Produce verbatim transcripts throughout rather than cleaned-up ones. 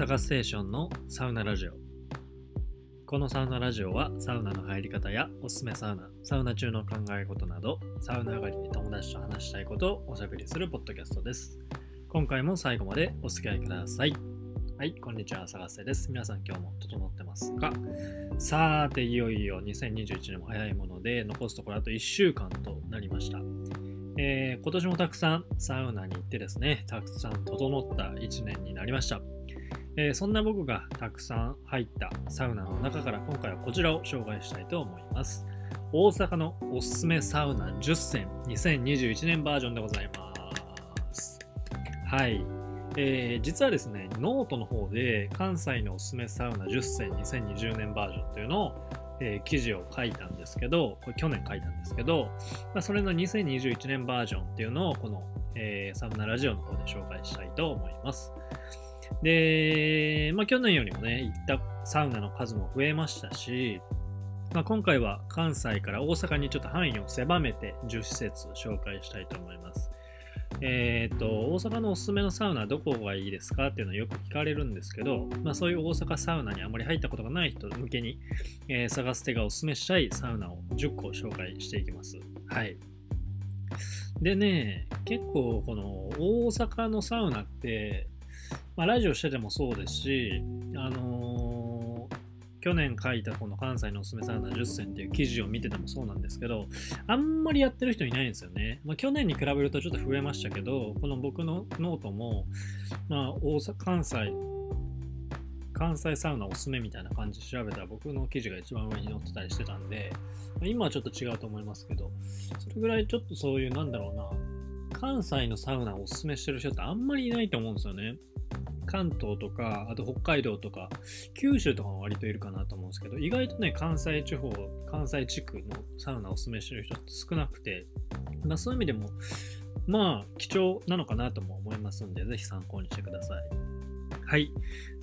サガステーションのサウナラジオ。このサウナラジオはサウナの入り方やおすすめサウナ、サウナ中の考え事など、サウナ上がりに友達と話したいことをおしゃべりするポッドキャストです。今回も最後までお付き合いください。はい、こんにちは、サガステです。皆さん今日も整ってますか？さーて、いよいよにせんにじゅういちねんも早いもので、残すところあといっしゅうかんとなりました。えー、今年もたくさんサウナに行ってですね、たくさん整ったいちねんになりました。えー、そんな僕がたくさん入ったサウナの中から今回はこちらを紹介したいと思います。大阪のおすすめサウナじゅっせんにせんにじゅういちねんバージョンでございます。はい、えー、実はですね、ノートの方で関西のおすすめサウナじゅっせんにせんにじゅうねんバージョンというのをえー、記事を書いたんですけど、これ去年書いたんですけど、まあ、それのにせんにじゅういちねんバージョンっていうのをこの、えー、サウナラジオの方で紹介したいと思います。で、まあ、去年よりもね、行ったサウナの数も増えましたし、まあ、今回は関西から大阪にちょっと範囲を狭めてじゅっしせつ紹介したいと思います。えー、と大阪のおすすめのサウナどこがいいですかっていうのをよく聞かれるんですけど、まあ、そういう大阪サウナにあまり入ったことがない人向けに、えー、サガステがおすすめしたいサウナをじゅっこ紹介していきます。はい。でね、結構この大阪のサウナって、まあ、ラジオしててもそうですし、あのー去年書いたこの関西のおすすめサウナじゅっせんっていう記事を見ててもそうなんですけど、あんまりやってる人いないんですよね。まあ、去年に比べるとちょっと増えましたけど、この僕のノートも、まあ、大阪、関西、関西サウナおすすめみたいな感じで調べたら僕の記事が一番上に載ってたりしてたんで、今はちょっと違うと思いますけど、それぐらいちょっとそういうなんだろうな、関西のサウナをおすすめしてる人ってあんまりいないと思うんですよね。関東とか、あと北海道とか、九州とかも割といるかなと思うんですけど、意外とね、関西地方、関西地区のサウナをおすすめしてる人って少なくて、まあそういう意味でも、まあ貴重なのかなとも思いますんで、ぜひ参考にしてください。はい。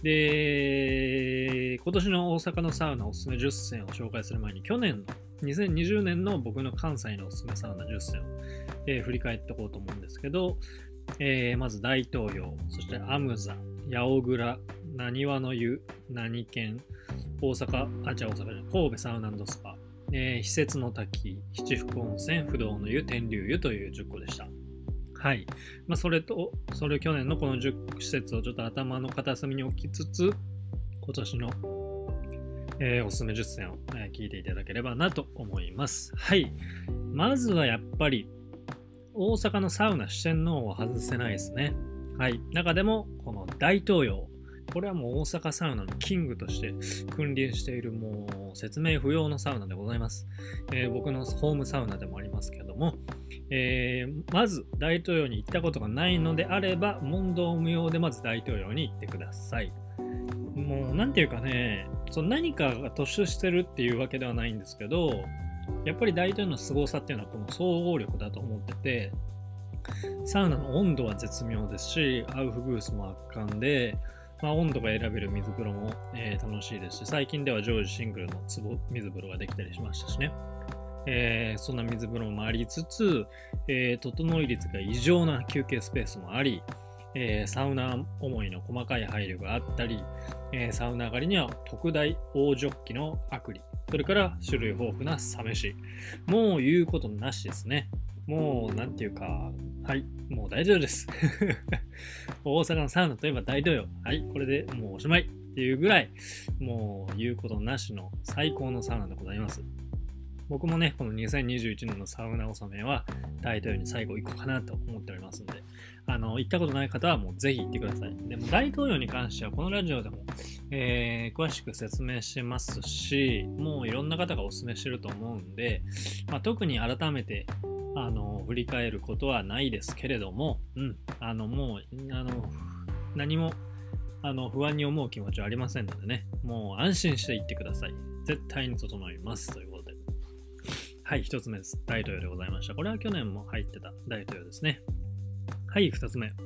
で、今年の大阪のサウナおすすめじゅっせんを紹介する前に、去年のにせんにじゅうねんの僕の関西のおすすめサウナじゅっせんを、えー、振り返っていこうと思うんですけど、えー、まず大東洋、そしてアムザ、八百倉、なにわの湯、何県、大阪、あ、違う大阪じゃない、神戸サウナ&スパ、えー、施設の滝、七福温泉、不動の湯、天竜湯というじゅっこでした。はい。まあ、それと、それ去年のこのじゅっ施設をちょっと頭の片隅に置きつつ、今年の、えー、おすすめじゅっせんを、えー、聞いていただければなと思います。はい。まずはやっぱり、大阪のサウナ四天王を外せないですね。はい。中でも、この大東洋。これはもう大阪サウナのキングとして君臨している、もう説明不要のサウナでございます。えー、僕のホームサウナでもありますけども、えー、まず大東洋に行ったことがないのであれば、問答無用でまず大東洋に行ってください。もう、なんていうかね、その何かが突出してるっていうわけではないんですけど、やっぱり大東洋の凄さっていうのはこの総合力だと思ってて、サウナの温度は絶妙ですし、アウフグースも圧巻で、まあ、温度が選べる水風呂も、えー、楽しいですし、最近では常時シングルのつぼ水風呂ができたりしましたしね。えー、そんな水風呂もありつつ、えー、整い率が異常な休憩スペースもあり、えー、サウナ思いの細かい配慮があったり、えー、サウナ上がりには特大大ジョッキのアクリ、それから種類豊富なサ飯。もう言うことなしですね。もうなんていうか、はい、もう大丈夫です。大阪のサウナといえば大東洋。はい、これでもうおしまいっていうぐらい、もう言うことなしの最高のサウナでございます。僕もね、このにせんにじゅういちねんのサウナ納めは大東洋に最後行こうかなと思っておりますので、あの、行ったことない方はもうぜひ行ってください。でも大東洋に関してはこのラジオでも、えー、詳しく説明しますし、もういろんな方がお勧めしてると思うんで、まあ、特に改めてあの振り返ることはないですけれども、うん、あのもうあの何もあの不安に思う気持ちはありませんのでね、もう安心して行ってください。絶対に整いますということで。はい、一つ目です。大東洋でございました。これは去年も入ってた大東洋ですね。はい、二つ目。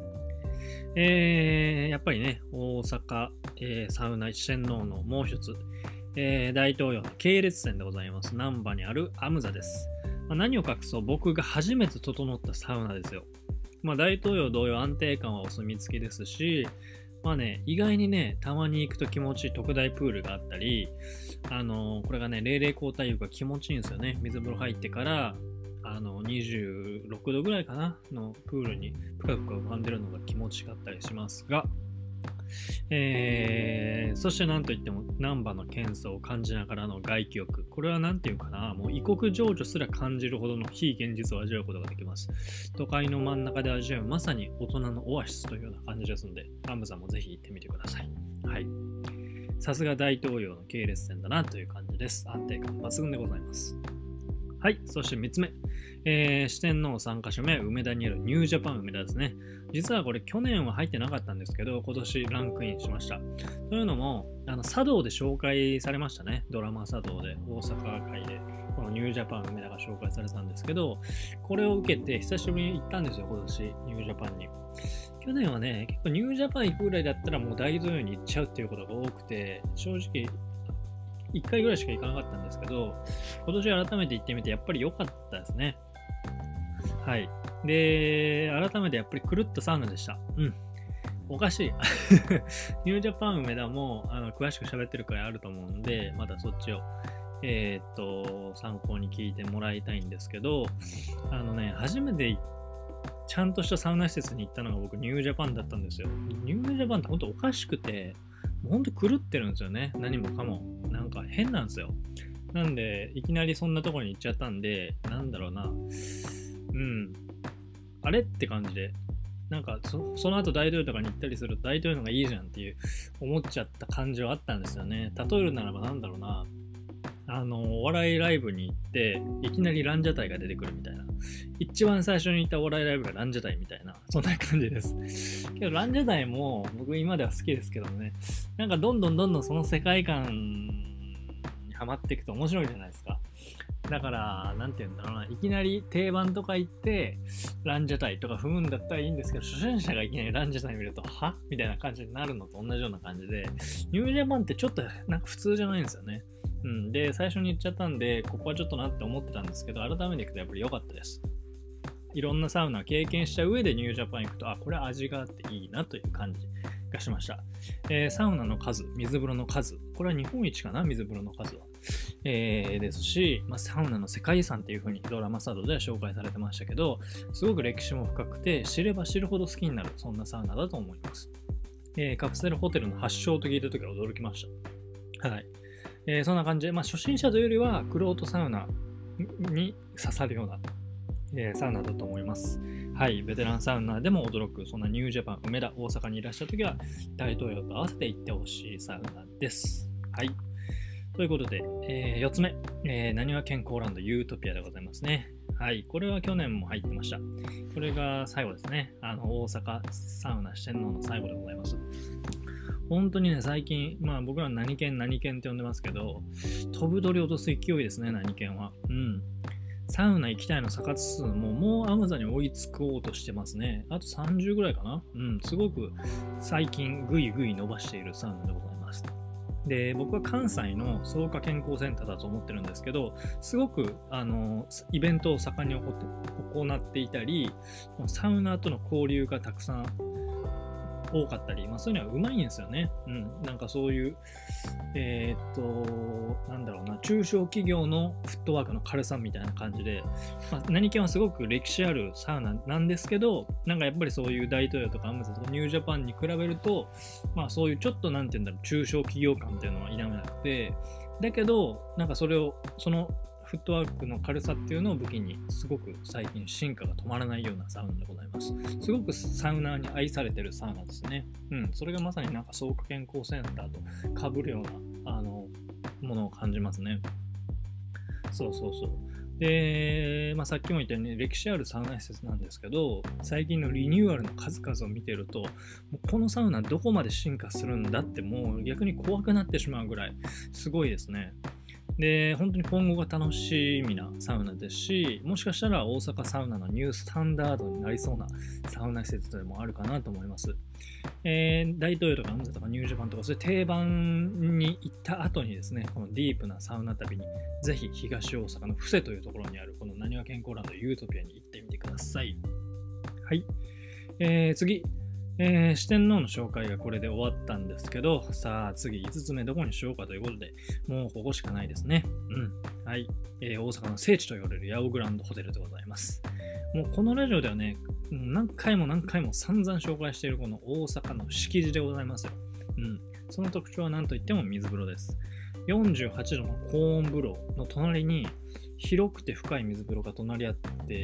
えー、やっぱりね、大阪、えー、サウナ一天王のもう一つ、えー、大東洋の系列店でございます。難波にあるアムザです。まあ、何を隠そう、僕が初めて整ったサウナですよ。まあ、大東洋同様安定感はお墨付きですし、 まあね、意外にね、たまに行くと気持ちいい特大プールがあったり、あのーこれがね、冷々交代浴が気持ちいいんですよね。水風呂入ってから、あの、にじゅうろくどぐらいかなのプールにぷかぷか浮かんでるのが気持ちよかったりしますが、えー、そしてなんといっても難波の喧騒を感じながらの外気浴。これはなんていうかな、もう異国情緒すら感じるほどの非現実を味わうことができます。都会の真ん中で味わうまさに大人のオアシスというような感じですので、アムさんもぜひ行ってみてください。はい。さすが大統領の系列店だなという感じです。安定感抜群でございます。はい。そしてみっつめ。えー、四天王さんカ所目、梅田にあるニュージャパン梅田ですね。実はこれ去年は入ってなかったんですけど、今年ランクインしました。というのも、あの茶道で紹介されましたね。ドラマ茶道で、大阪会で、このニュージャパン梅田が紹介されたんですけど、これを受けて久しぶりに行ったんですよ、今年、ニュージャパンに。去年はね、結構ニュージャパン行くぐらいだったらもう大統領に行っちゃうっていうことが多くて、正直、いっかいぐらいしか行かなかったんですけど、今年改めて行ってみてやっぱり良かったですね。はい。で、改めてやっぱり狂ったサウナでした。うん。おかしい。ニュージャパン梅田もあの詳しく喋ってるくらいあると思うんで、またそっちを、えーっと、参考に聞いてもらいたいんですけど、あのね、初めてちゃんとしたサウナ施設に行ったのが僕、ニュージャパンだったんですよ。ニュージャパンって本当おかしくて、ほんと狂ってるんですよね。何もかも。なんか変なんですよ。なんで、いきなりそんなところに行っちゃったんで、なんだろうな。うん。あれって感じで。なんかそ、その後大統領とかに行ったりすると大統領の方がいいじゃんっていう思っちゃった感じはあったんですよね。例えるならばなんだろうな。あの、お笑いライブに行って、いきなりランジャタイが出てくるみたいな。一番最初に行ったお笑いライブがランジャタイみたいな、そんな感じです。けど、ランジャタイも僕今では好きですけどね、なんかどんどんどんどんその世界観にハマっていくと面白いじゃないですか。だから、なんて言うんだろうな、いきなり定番とか行って、ランジャタイとか踏むんだったらいいんですけど、初心者がいきなりランジャタイ見ると、はみたいな感じになるのと同じような感じで、ニュージャパンってちょっとなんか普通じゃないんですよね。うん、で、最初に言っちゃったんで、ここはちょっとなって思ってたんですけど、改めていくとやっぱり良かったです。いろんなサウナ経験した上でニュージャパン行くと、あ、これは味があっていいなという感じがしました。えー、サウナの数、水風呂の数、これは日本一かな、水風呂の数は。えー、ですし、まあ、サウナの世界遺産っていう風にドラマサドでは紹介されてましたけど、すごく歴史も深くて、知れば知るほど好きになる、そんなサウナだと思います。えー、カプセルホテルの発祥と聞いたときは驚きました。はい。えー、そんな感じで、まあ、初心者というよりは、クロートサウナに刺さるような、えー、サウナだと思います。はい、ベテランサウナでも驚く、そんなニュージャパン、梅田、大阪にいらっしゃるときは、大統領と合わせて行ってほしいサウナです。はい。ということで、えー、よっつめ、えー、なにわ健康ランドユートピアでございますね。はい、これは去年も入ってました。これが最後ですね。あの、大阪サウナ四天王の最後でございます。本当にね、最近、まあ僕ら何県何県って呼んでますけど、飛ぶ鳥落とす勢いですね、何県は。うん。サウナ行きたいのサカツ数ももうアムザに追いつこうとしてますね。あとさんじゅうぐらいかな。うん、すごく最近ぐいぐい伸ばしているサウナでございます。で、僕は関西の草加健康センターだと思ってるんですけど、すごくあのイベントを盛んに行っていたり、サウナとの交流がたくさん多かったり、まあ、そういうのはうまいんですよね。うん。なんかそういう、えー、っと、なんだろうな、中小企業のフットワークの軽さみたいな感じで、まあ、何県はすごく歴史あるサウナなんですけど、なんかやっぱりそういう大統領とかアムザとかニュージャパンに比べると、まあそういうちょっとなんて言うんだろう、中小企業感っていうのは否めなくて、だけど、なんかそれを、その、フットワークの軽さっていうのを武器にすごく最近進化が止まらないようなサウナでございます。すごくサウナーに愛されてるサウナですね。うん、それがまさになんか草加健康センターと被るようなあのものを感じますね。そうそうそう。で、まあ、さっきも言ったように歴史あるサウナ施設なんですけど、最近のリニューアルの数々を見てると、もうこのサウナどこまで進化するんだってもう逆に怖くなってしまうぐらいすごいですね。で、本当に今後が楽しみなサウナですし、もしかしたら大阪サウナのニュースタンダードになりそうなサウナ施設でもあるかなと思います。えー、大統領とかアムザとかニュージャパンとかそういう定番に行った後にですね、このディープなサウナ旅にぜひ東大阪の布施というところにあるこのなにわ健康ランドユートピアに行ってみてください。はい。えー、次。 えー四天王の紹介がこれで終わったんですけど、さあ次いつつめどこにしようかということで、もうここしかないですね。うん。はい。えー大阪の聖地と言われるヤオグランドホテルでございます。もうこのラジオではね、何回も何回も散々紹介しているこの大阪の敷地でございますよ。うん。その特徴は何といっても水風呂です。よんじゅうはちどの高温風呂の隣に広くて深い水風呂が隣り合って、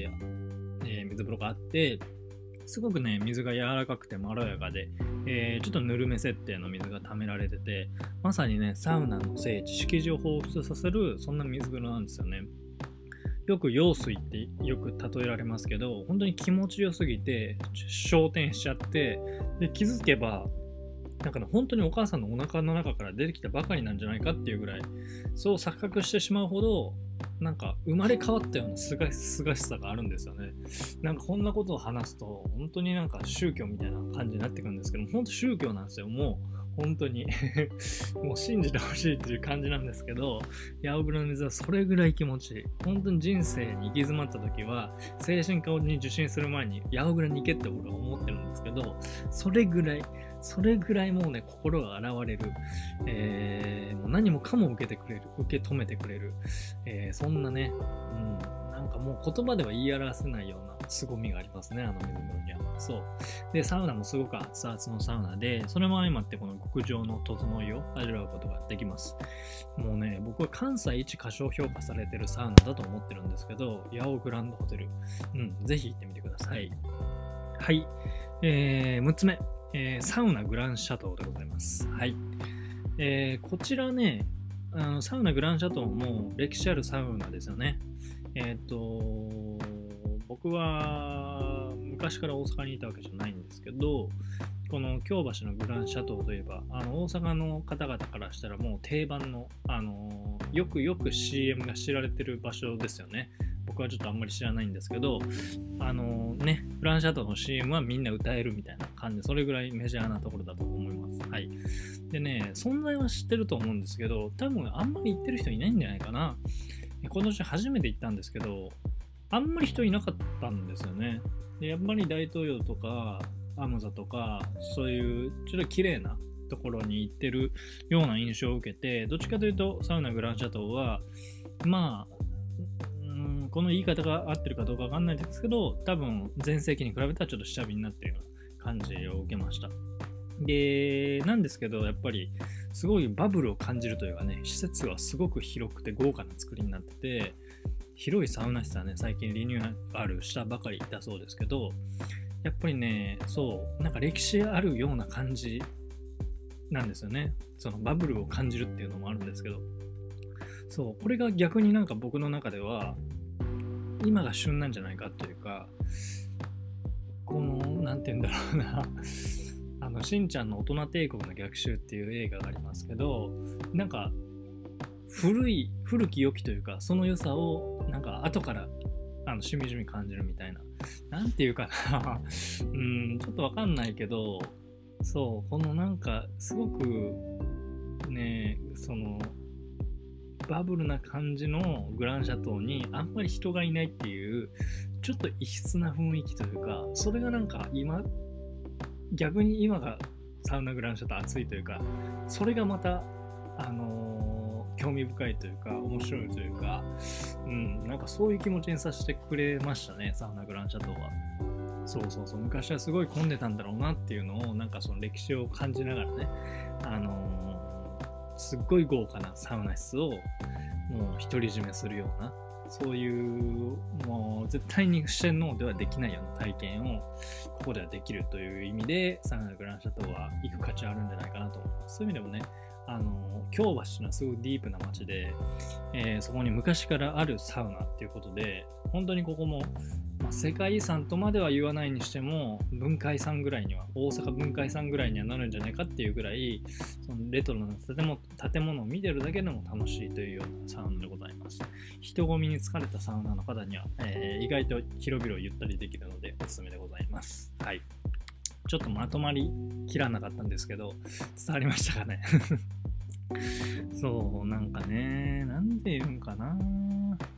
えー水風呂があって、すごくね、水が柔らかくてまろやかで、えーちょっとぬるめ設定の水が溜められてて、まさにね、サウナの聖地、敷地を彷彿させる、そんな水風呂なんですよね。よく羊水ってよく例えられますけど、本当に気持ちよすぎて、昇天しちゃって、で、気づけば、なんかね、本当にお母さんのお腹の中から出てきたばかりなんじゃないかっていうぐらい、そう錯覚してしまうほど、なんか生まれ変わったようなすがすがしさがあるんですよね。なんかこんなことを話すと、本当になんか宗教みたいな感じになってくるんですけど、本当宗教なんですよ。もう本当にもう信じてほしいっていう感じなんですけど、ヤオグラの水はそれぐらい気持ちいい。本当に人生に行き詰まった時は、精神科に受診する前にヤオグラに行けって僕は思ってるんですけど、それぐらい、それぐらいもうね、心が洗われる、えー、もう何もかも受けてくれる、受け止めてくれる、えー、そんなね、うん、なんかもう言葉では言い表せないような凄みがありますね、あの水風呂には。そう。で、サウナもすごく熱々のサウナで、それも相まってこの極上の整いを味わうことができます。もうね、僕は関西一過小評価されてるサウナだと思ってるんですけど、ヤオグランドホテル、うん、ぜひ行ってみてください。はい。えー、むっつめ。えーサウナグランシャトーでございます。はい。えーこちらね、あのサウナグランシャトーも歴史あるサウナですよね。えっ、と、僕は昔から大阪にいたわけじゃないんですけど、この京橋のグランシャトーといえば、あの大阪の方々からしたらもう定番の、あのよくよく シーエム が知られてる場所ですよね。僕はちょっとあんまり知らないんですけど、あのね、グランシャトーの シーエム はみんな歌えるみたいな感じで、それぐらいメジャーなところだと思います。はい。でね、存在は知ってると思うんですけど、多分あんまり行ってる人いないんじゃないかな。今年初めて行ったんですけど、あんまり人いなかったんですよね。でやっぱり大東洋とか、アムザとか、そういうちょっと綺麗なところに行ってるような印象を受けて、どっちかというとサウナグランシャトーは、まあ、うんこの言い方が合ってるかどうかわかんないですけど、多分前世紀に比べたらちょっと下火になってるような感じを受けました。で、なんですけど、やっぱりすごいバブルを感じるというかね、施設はすごく広くて豪華な作りになってて、広いサウナ室はね、最近リニューアルしたばかりだそうですけど、やっぱりね、そう、なんか歴史あるような感じなんですよね。そのバブルを感じるっていうのもあるんですけど、そう、これが逆になんか僕の中では、今が旬なんじゃないかというか、この、なんて言うんだろうな、あの、しんちゃんの大人帝国の逆襲っていう映画がありますけど、なんか、古い、古き良きというか、その良さを、なんか、後から、あの、しみじみ感じるみたいな。なんていうかな、うん、ちょっとわかんないけど、そう、このなんか、すごく、ね、その、バブルな感じのグランシャトーにあんまり人がいないっていうちょっと異質な雰囲気というか、それがなんか今逆に今がサウナグランシャトー熱いというか、それがまたあのー興味深いというか面白いというか、うんなんかそういう気持ちにさせてくれましたね、サウナグランシャトーは。そうそうそう、昔はすごい混んでたんだろうなっていうのをなんかその歴史を感じながらね、あのーすっごい豪華なサウナ室をもう独り占めするような、そういうもう絶対に四天王ではできないような体験をここではできるという意味で、サウナグランシャトーは行く価値あるんじゃないかなと思います。そういう意味でもね、あの京橋のはすごいディープな街で、えーそこに昔からあるサウナっていうことで、本当にここも、まあ、世界遺産とまでは言わないにしても文化遺産ぐらいには、大阪文化遺産ぐらいにはなるんじゃないかっていうぐらい、そのレトロな建物、建物を見てるだけでも楽しいというようなサウナでございます。人混みに疲れたサウナの方には、えー意外と広々ゆったりできるのでおすすめでございます。はい。ちょっとまとまりきらなかったんですけど、伝わりましたかね。そう、なんかね、なんで言うんかな。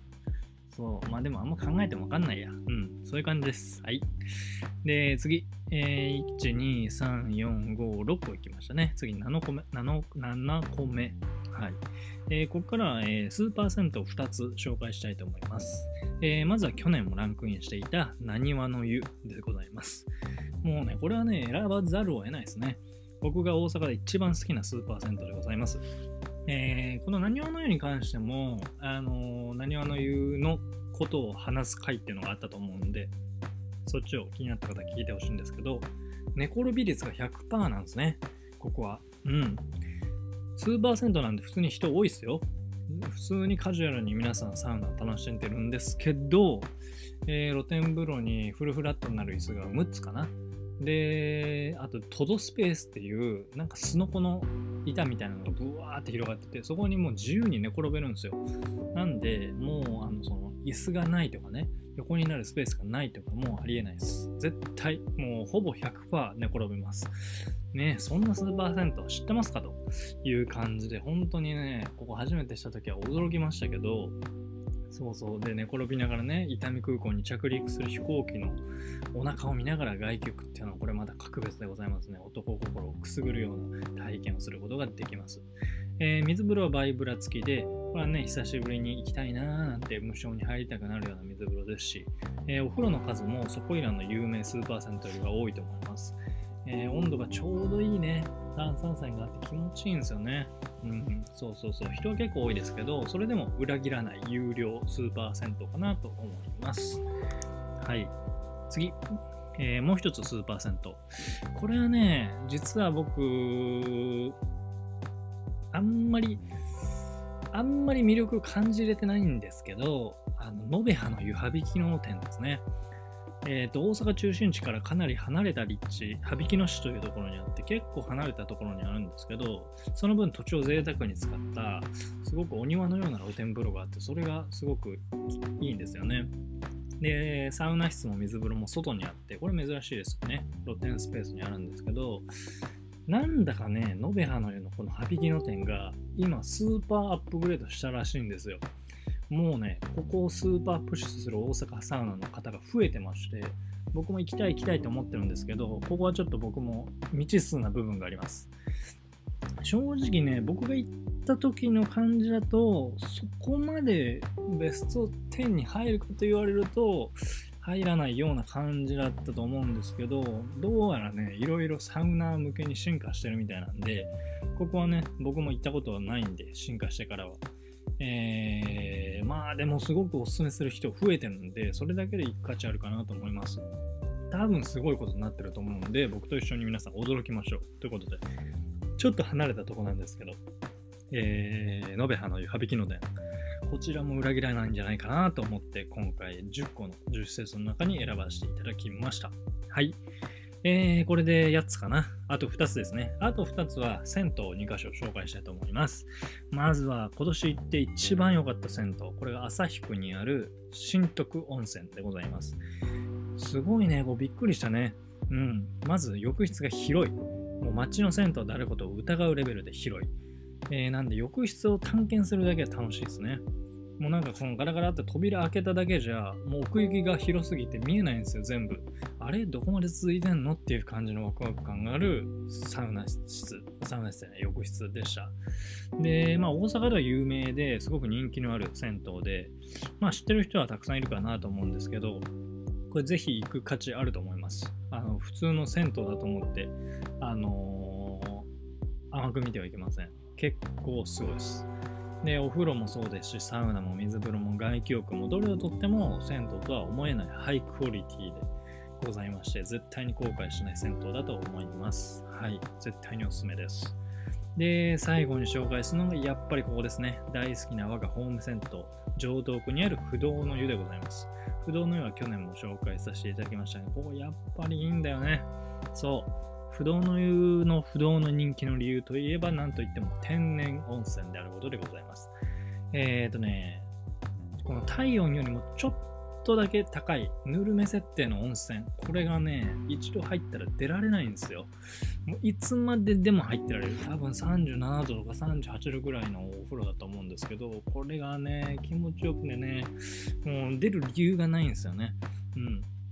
そう、まあでもあんま考えてもわかんないや。うん、そういう感じです。はい。で、次、 えー、いち、に、さん、よん、ご、ろっこいきましたね。次ななこめ。なな, ななこめ。はい。えー、ここからは、えー、スーパー銭湯をふたつ紹介したいと思います。えー、まずは去年もランクインしていたなにわの湯でございます。もうね、これはね、選ばざるを得ないですね。僕が大阪で一番好きなスーパー銭湯でございます。えー、このなにわの湯に関しても、あのー、なにわの湯のことを話す回っていうのがあったと思うんで、そっちを気になった方聞いてほしいんですけど、寝転び率が ひゃくパーセント なんですね、ここは。うん。スーパー銭湯なんで普通に人多いですよ。普通にカジュアルに皆さんサウナを楽しんでるんですけど、えー、露天風呂にフルフラットになる椅子がむっつかな。で、あとトドスペースっていうなんかスノコの板みたいなのがブワーって広がってて、そこにもう自由に寝転べるんですよ。なんでもうあのその椅子がないとかね、横になるスペースがないとかもうありえないです。絶対もうほぼ ひゃくパーセント 寝転べます。ね、そんなスーパー銭湯知ってますかという感じで、本当にね、ここ初めてした時は驚きましたけど、そうそう。で、寝転びながらね、伊丹空港に着陸する飛行機のお腹を見ながら外気浴っていうのは、これまた格別でございますね。男心をくすぐるような体験をすることができます。えー、水風呂はバイブラ付きで、これはね、久しぶりに行きたいなーなんて無償に入りたくなるような水風呂ですし、えー、お風呂の数もそこいらの有名スーパー銭湯よりが多いと思います。えー、温度がちょうどいいね。炭酸泉があって気持ちいいんですよね。うん、うん、そうそうそう。人は結構多いですけど、それでも裏切らない有料スーパー銭湯かなと思います。はい。次。えー、もう一つスーパー銭湯。これはね、実は僕、あんまり、あんまり魅力感じれてないんですけど、あの、延葉の湯羽引きの店ですね。えー、と大阪中心地からかなり離れた立地、羽曳野市というところにあって、結構離れたところにあるんですけど、その分土地を贅沢に使ったすごくお庭のような露天風呂があって、それがすごくいいんですよね。で、サウナ室も水風呂も外にあって、これ珍しいですよね。露天スペースにあるんですけど、なんだかね、延葉の湯のこの羽曳野店が今スーパーアップグレードしたらしいんですよ。もうね、ここをスーパープッシュする大阪サウナの方が増えてまして、僕も行きたい行きたいと思ってるんですけど、ここはちょっと僕も未知数な部分があります。正直ね、僕が行った時の感じだと、そこまでベストじゅうに入るかと言われると、入らないような感じだったと思うんですけど、どうやらね、いろいろサウナー向けに進化してるみたいなんで、ここはね、僕も行ったことはないんで、進化してからは。えー、まあでもすごくおすすめする人増えてるんで、それだけで行く価値あるかなと思います。多分すごいことになってると思うので、僕と一緒に皆さん驚きましょう。ということで、ちょっと離れたとこなんですけど、えー、延葉の湯羽曳野店。こちらも裏切らないんじゃないかなと思って、今回じゅっこのじゅっ施設の中に選ばせていただきました。はい。えー、これでやっつかな。あとふたつですね。あとふたつは銭湯にかしょ紹介したいと思います。まずは今年行って一番良かった銭湯。これが旭区にある新徳温泉でございます。すごいね、こうびっくりしたね。うん。まず浴室が広い。もう街の銭湯であることを疑うレベルで広い。えー、なんで浴室を探検するだけで楽しいですね。もうなんかそのガラガラって扉開けただけじゃもう奥行きが広すぎて見えないんですよ、全部。あれどこまで続いてんのっていう感じのワクワク感があるサウナ室、サウナ室じゃない、浴室でした。で、まあ大阪では有名ですごく人気のある銭湯で、まあ知ってる人はたくさんいるかなと思うんですけど、これぜひ行く価値あると思います。あの普通の銭湯だと思って、あのー、甘く見てはいけません。結構すごいです。で、お風呂もそうですし、サウナも水風呂も外気浴もどれをとっても銭湯とは思えないハイクオリティでございまして、絶対に後悔しない銭湯だと思います。はい、絶対におすすめです。で、最後に紹介するのがやっぱりここですね。大好きな我がホーム銭湯、城東区にある不動の湯でございます。不動の湯は去年も紹介させていただきましたが、ここやっぱりいいんだよね。そう。不動の湯の不動の人気の理由といえば何といっても天然温泉であることでございます。えーとね、この体温よりもちょっとだけ高いぬるめ設定の温泉、これがね、一度入ったら出られないんですよ。もういつまででも入ってられる。多分さんじゅうななどとかさんじゅうはちどぐらいのお風呂だと思うんですけど、これがね、気持ちよくてね、もう出る理由がないんですよね。うん。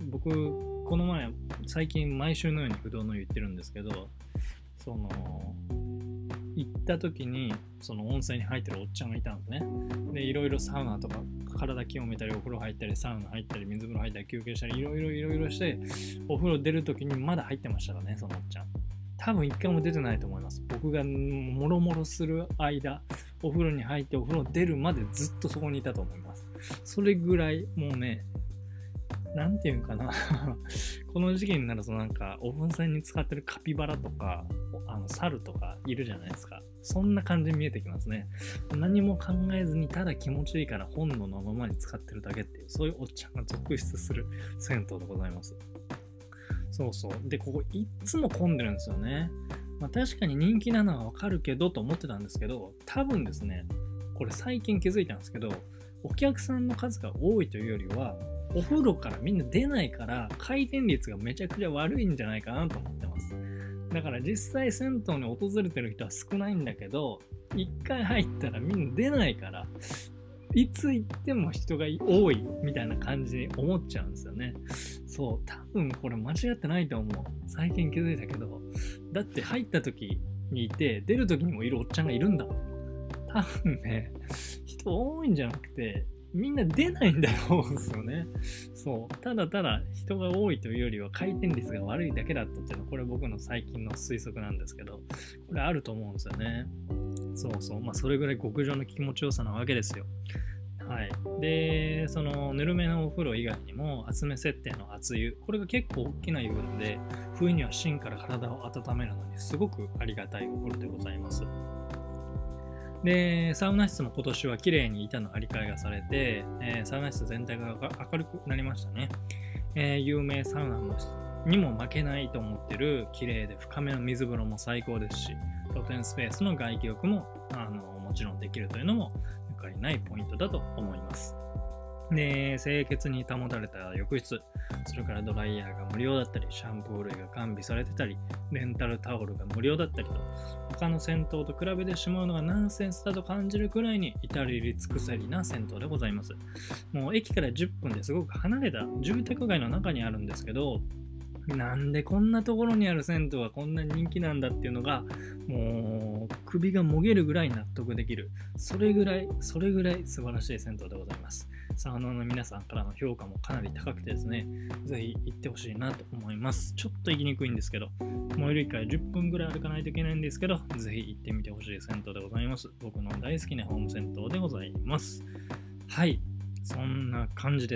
僕、この前、最近毎週のように不動の湯行ってるんですけど、その、行った時に、その温泉に入ってるおっちゃんがいたんですね。で、いろいろサウナとか、体清めたり、お風呂入ったり、サウナ入ったり、水風呂入ったり、休憩したり、いろいろいろいろして、お風呂出る時にまだ入ってましたからね、そのおっちゃん。多分一回も出てないと思います。僕がもろもろする間、お風呂に入ってお風呂出るまでずっとそこにいたと思います。それぐらい、もうね、なんていうんかなこの時期になるとなんか温泉に使ってるカピバラとかあの猿とかいるじゃないですか。そんな感じに見えてきますね。何も考えずにただ気持ちいいから本能のままに使ってるだけっていう、そういうおっちゃんが続出する銭湯でございます。そうそう。で、ここいっつも混んでるんですよね。まあ確かに人気なのはわかるけどと思ってたんですけど、多分ですね、これ最近気づいたんですけど、お客さんの数が多いというよりは、お風呂からみんな出ないから回転率がめちゃくちゃ悪いんじゃないかなと思ってます。だから実際銭湯に訪れてる人は少ないんだけど、一回入ったらみんな出ないから、いつ行っても人が多いみたいな感じに思っちゃうんですよね。そう、多分これ間違ってないと思う。最近気づいたけど、だって入った時にいて、出る時にもいるおっちゃんがいるんだもん。多分ね、人多いんじゃなくて、みんな出ないんだと思うんですよね。そう。ただただ人が多いというよりは回転率が悪いだけだったっていうのは、これ僕の最近の推測なんですけど、これあると思うんですよね。そうそう。まあ、それぐらい極上の気持ちよさなわけですよ。はい。で、その、ぬるめのお風呂以外にも、厚め設定の熱湯。これが結構大きな湯なので、冬には芯から体を温めるのにすごくありがたいお風呂でございます。で、サウナ室も今年は綺麗に板の張り替えがされて、えー、サウナ室全体が明るくなりましたね。えー、有名サウナにも負けないと思ってる綺麗で深めの水風呂も最高ですし、露天スペースの外気浴もあのもちろんできるというのも抜かりないポイントだと思います。で、清潔に保たれた浴室、それからドライヤーが無料だったり、シャンプー類が完備されてたり、レンタルタオルが無料だったりと、他の銭湯と比べてしまうのがナンセンスだと感じるくらいに至れり尽くせりな銭湯でございます。もう駅からじゅっぷんですごく離れた住宅街の中にあるんですけど、なんでこんなところにある銭湯はこんなに人気なんだっていうのがもう首がもげるぐらい納得できる、それぐらいそれぐらい素晴らしい銭湯でございます。サウナの皆さんからの評価もかなり高くてですね、ぜひ行ってほしいなと思います。ちょっと行きにくいんですけど、最寄り駅からじゅっぷんぐらい歩かないといけないんですけど、ぜひ行ってみてほしい銭湯でございます。僕の大好きなホーム銭湯でございます。はい、そんな感じです。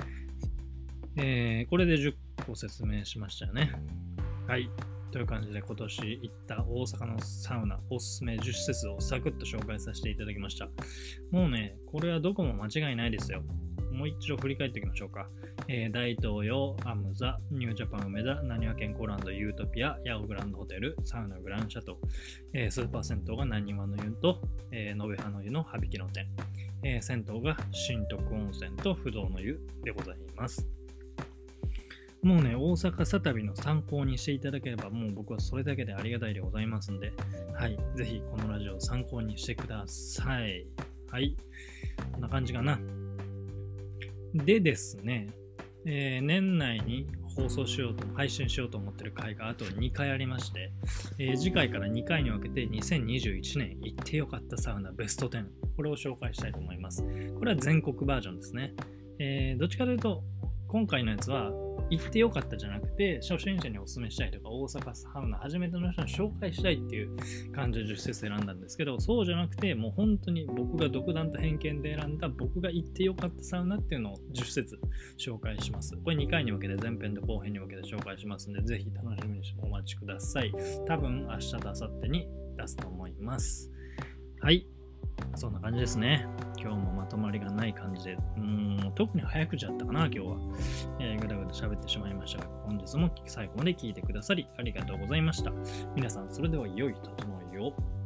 えー、これでじゅっこ説明しましたよね。はい。という感じで今年行った大阪のサウナおすすめじゅっ施設をサクッと紹介させていただきました。もうね、これはどこも間違いないですよ。もう一度振り返っていきましょうか。えー、大東洋、アムザ、ニュージャパン梅田、なにわ健康ランドユートピア、ヤオグランドホテル、サウナグランシャトー、えー、スーパー銭湯がなにわの湯と、えー、延べ葉の湯の羽引の店、えー、銭湯が新徳温泉と不動の湯でございます。もうね、大阪サ旅の参考にしていただければ、もう僕はそれだけでありがたいでございますんで、はい、ぜひこのラジオを参考にしてください。はい、こんな感じかな。でですね、えー、年内に放送しようと、配信しようと思ってる回があとにかいありまして、えー、次回からにかいに分けてにせんにじゅういちねん行ってよかったサウナベストじゅう、これを紹介したいと思います。これは全国バージョンですね。えー、どっちかというと、今回のやつは、行ってよかったじゃなくて、初心者にお勧めしたいとか、大阪サウナ初めての人に紹介したいっていう感じでじゅっ施設選んだんですけど、そうじゃなくて、もう本当に僕が独断と偏見で選んだ僕が行ってよかったサウナっていうのをじゅっ施設紹介します。これにかいに分けて前編と後編に分けて紹介しますので、ぜひ楽しみにしてお待ちください。多分明日と明後日に出すと思います。はい。そんな感じですね。今日もまとまりがない感じで、うーん、特に早口だったかな、今日は。えー、ぐだぐだ喋ってしまいましたが、本日も最後まで聞いてくださりありがとうございました。皆さん、それでは良い整いを。